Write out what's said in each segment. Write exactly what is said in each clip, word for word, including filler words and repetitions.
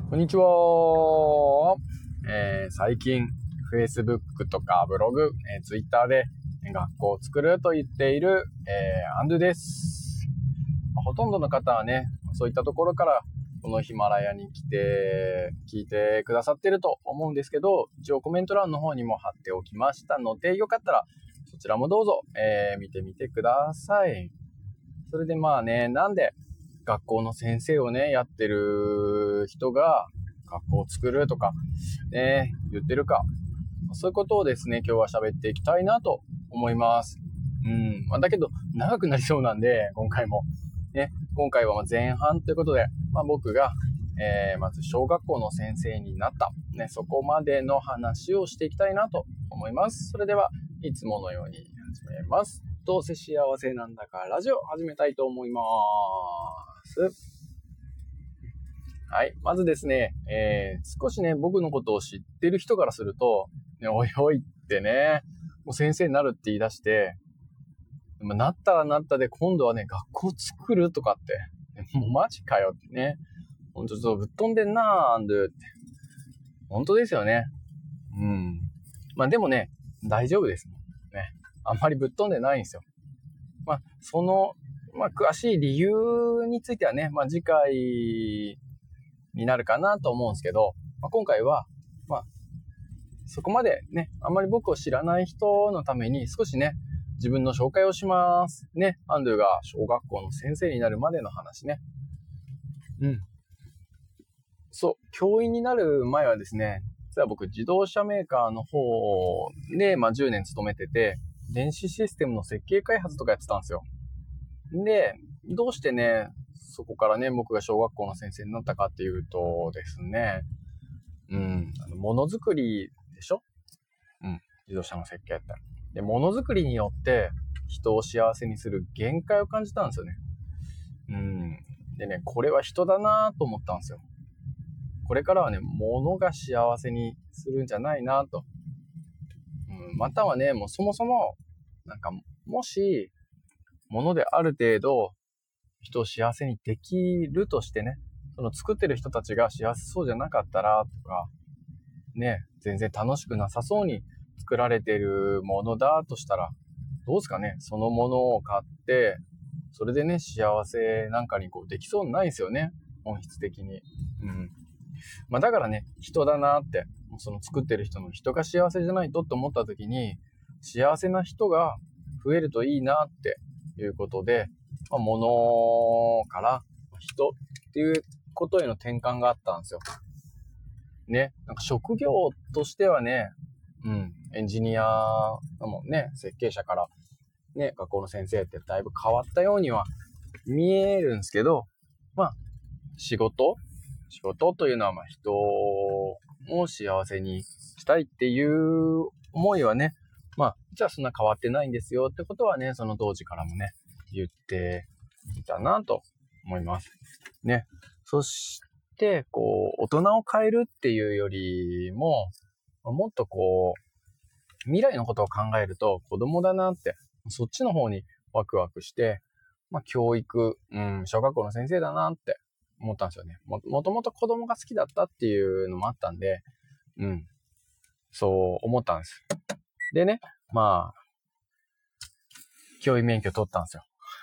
こんにちは。えー、最近 Facebook とかブログ、えー、Twitter で学校を作ると言っている、えー、アンドゥです。ほとんどの方はね、そういったところからこのヒマラヤに来て聞いてくださってると思うんですけど、一応コメント欄の方にも貼っておきましたので、よかったらそちらもどうぞ、えー、見てみてください。それでまあね、なんで学校の先生をね、やってる人が学校を作るとかね、言ってるか。そういうことをですね、今日は喋っていきたいなと思います。うん。まあ、だけど、長くなりそうなんで、今回も。ね、今回は前半ということで、まあ、僕が、えー、まず小学校の先生になった。ね、そこまでの話をしていきたいなと思います。それでは、いつものように始めます。どうせ幸せなんだからラジオ始めたいと思います。はい。まずですね、えー、少しね、僕のことを知ってる人からすると、ね、おいおいってね、もう先生になるって言い出して、なったらなったで今度はね、学校作るとかって、もうマジかよってね。ほんとちょっとぶっ飛んでんなー、アンドゥって。本当ですよね。うん。まあでもね、大丈夫です。ね。あんまりぶっ飛んでないんですよ。まあ、その、まあ、詳しい理由についてはね、まあ次回になるかなと思うんですけど、まあ、今回は、まあ、そこまでね、あんまり僕を知らない人のために少しね、自分の紹介をします。ね、アンドゥが小学校の先生になるまでの話ね。うん。そう、教員になる前はですね、実は僕自動車メーカーの方で、まあ、じゅうねん勤めてて、電子システムの設計開発とかやってたんですよ。で、どうしてね、そこからね、僕が小学校の先生になったかっていうとですね、うん、あの、ものづくりでしょ？うん、自動車の設計やったら。で、ものづくりによって人を幸せにする限界を感じたんですよね。うん。でね、これは人だなと思ったんですよ。これからはね、物が幸せにするんじゃないなと。うん、またはね、もうそもそも、なんか、もし、物である程度、人を幸せにできるとしてね、その作ってる人たちが幸せそうじゃなかったら、とか、ね、全然楽しくなさそうに作られてるものだとしたら、どうですかね、そのものを買って、それでね、幸せなんかにこうできそうにないですよね、本質的に。うん。まあだからね、人だなって、その作ってる人の人が幸せじゃないとって思った時に、幸せな人が増えるといいなっていうことで、まあ、物から人っていうことへの転換があったんですよ。ね、なんか職業としてはね、うん、エンジニアだもんね、設計者からね、学校の先生ってだいぶ変わったようには見えるんですけど、まあ、仕事仕事というのは、まあ、人を幸せにしたいっていう思いはね、まあ、じゃあそんな変わってないんですよってことはね、その当時からもね、言っていたなと思います。ね。そして、こう、大人を変えるっていうよりも、もっとこう、未来のことを考えると子供だなって、そっちの方にワクワクして、まあ、教育、うん、小学校の先生だなって思ったんですよね。も、もともと子供が好きだったっていうのもあったんで、うん、そう思ったんです。でね、まあ、教員免許取ったんですよ。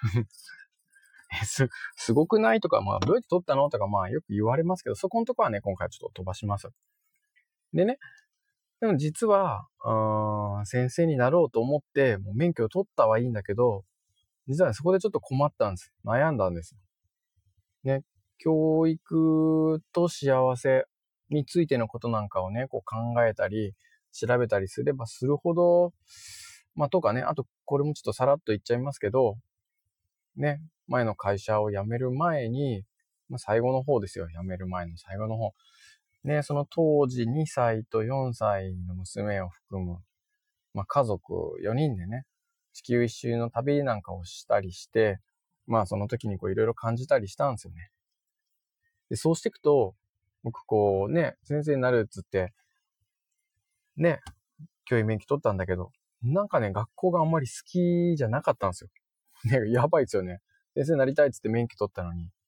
す、すごくないとか、まあ、どうやって取ったのとか、まあ、よく言われますけど、そこのとこはね、今回ちょっと飛ばします。でね、でも実は、うーん、先生になろうと思って、もう免許を取ったはいいんだけど、実は、ね、そこでちょっと困ったんです。悩んだんです。ね、教育と幸せについてのことなんかをね、こう考えたり、調べたりすればするほど、まあ、とかね、あと、これもちょっとさらっと言っちゃいますけど、ね、前の会社を辞める前に、まあ、最後の方ですよ。辞める前の最後の方。ね、その当時にさいとよんさいの娘を含む、まあ、家族よにんでね、地球一周の旅なんかをしたりして、まあその時にこういろいろ感じたりしたんですよね。で、そうしていくと、僕こうね、先生になるっつって、ね、教員免許取ったんだけど、なんかね、学校があんまり好きじゃなかったんですよ。ね、やばいですよね。先生になりたいっつって免許取ったのに、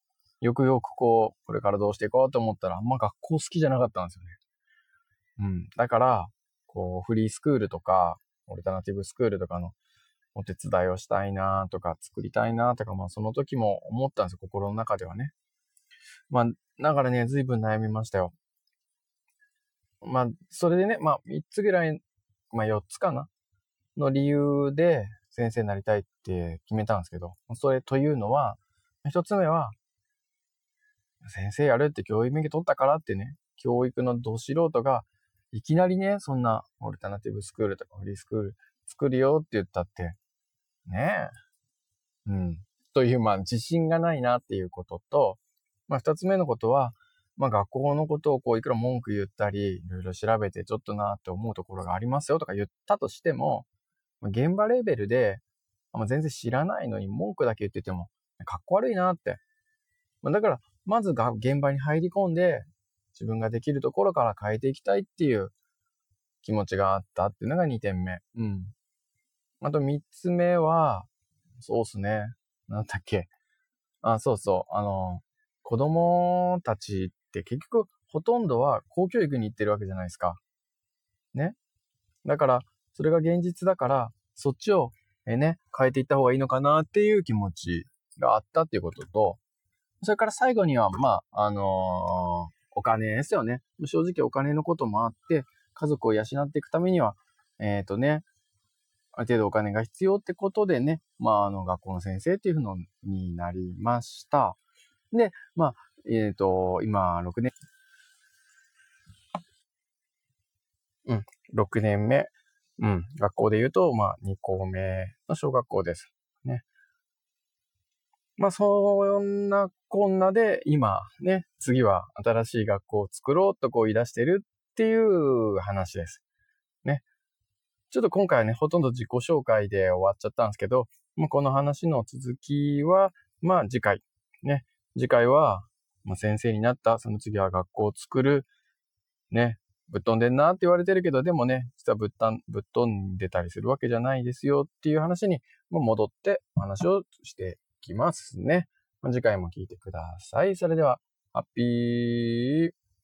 よくよくこう、これからどうしていこうと思ったら、あんま学校好きじゃなかったんですよね。うん。だから、こう、フリースクールとか、オルタナティブスクールとかのお手伝いをしたいなとか、作りたいなとか、まあその時も思ったんですよ、心の中ではね。まあ、だからね、随分悩みましたよ。まあ、それでね、まあ、みっつぐらい、まあよっつかなの理由で先生になりたいって決めたんですけど、それというのは、ひとつめは、先生やるって教育免許取ったからってね、教育のど素人が、いきなりね、そんなオルタナティブスクールとかフリースクール作るよって言ったって、ねえ。うん。という、まあ、自信がないなっていうことと、まあ、二つ目のことは、まあ、学校のことをこう、いくら文句言ったり、いろいろ調べてちょっとなって思うところがありますよとか言ったとしても、現場レベルで、まあ、全然知らないのに文句だけ言ってても、かっこ悪いなって。まあ、だから、まずが現場に入り込んで、自分ができるところから変えていきたいっていう気持ちがあったっていうのがにてんめ。うん。あとみっつめは、そうっすね。なんだっけ。あ、そうそう。あの、子供たちって結局ほとんどは公教育に行ってるわけじゃないですか。ね。だから、それが現実だから、そっちをえね、変えていった方がいいのかなっていう気持ちがあったっていうことと、それから最後には、まあ、あのーお金ですよね。正直お金のこともあって、家族を養っていくためには、えっとね、ある程度お金が必要ってことでね、まあ、あの、学校の先生っていうのになりました。で、まあ、えっと、今、ろくねん、うん、ろくねんめ、うん、学校で言うと、まあ、に校目の小学校です。ね。まあ、そんなこんなで、今、ね、次は新しい学校を作ろうとこう言い出してるっていう話です。ね。ちょっと今回はね、ほとんど自己紹介で終わっちゃったんですけど、まあ、この話の続きは、まあ次回。ね。次回は、まあ、先生になった、その次は学校を作る。ね。ぶっ飛んでんなって言われてるけど、でもね、実はぶったん、ぶっ飛んでたりするわけじゃないですよっていう話に戻ってお話をしていきますね。まあ、次回も聞いてください。それでは、ハッピー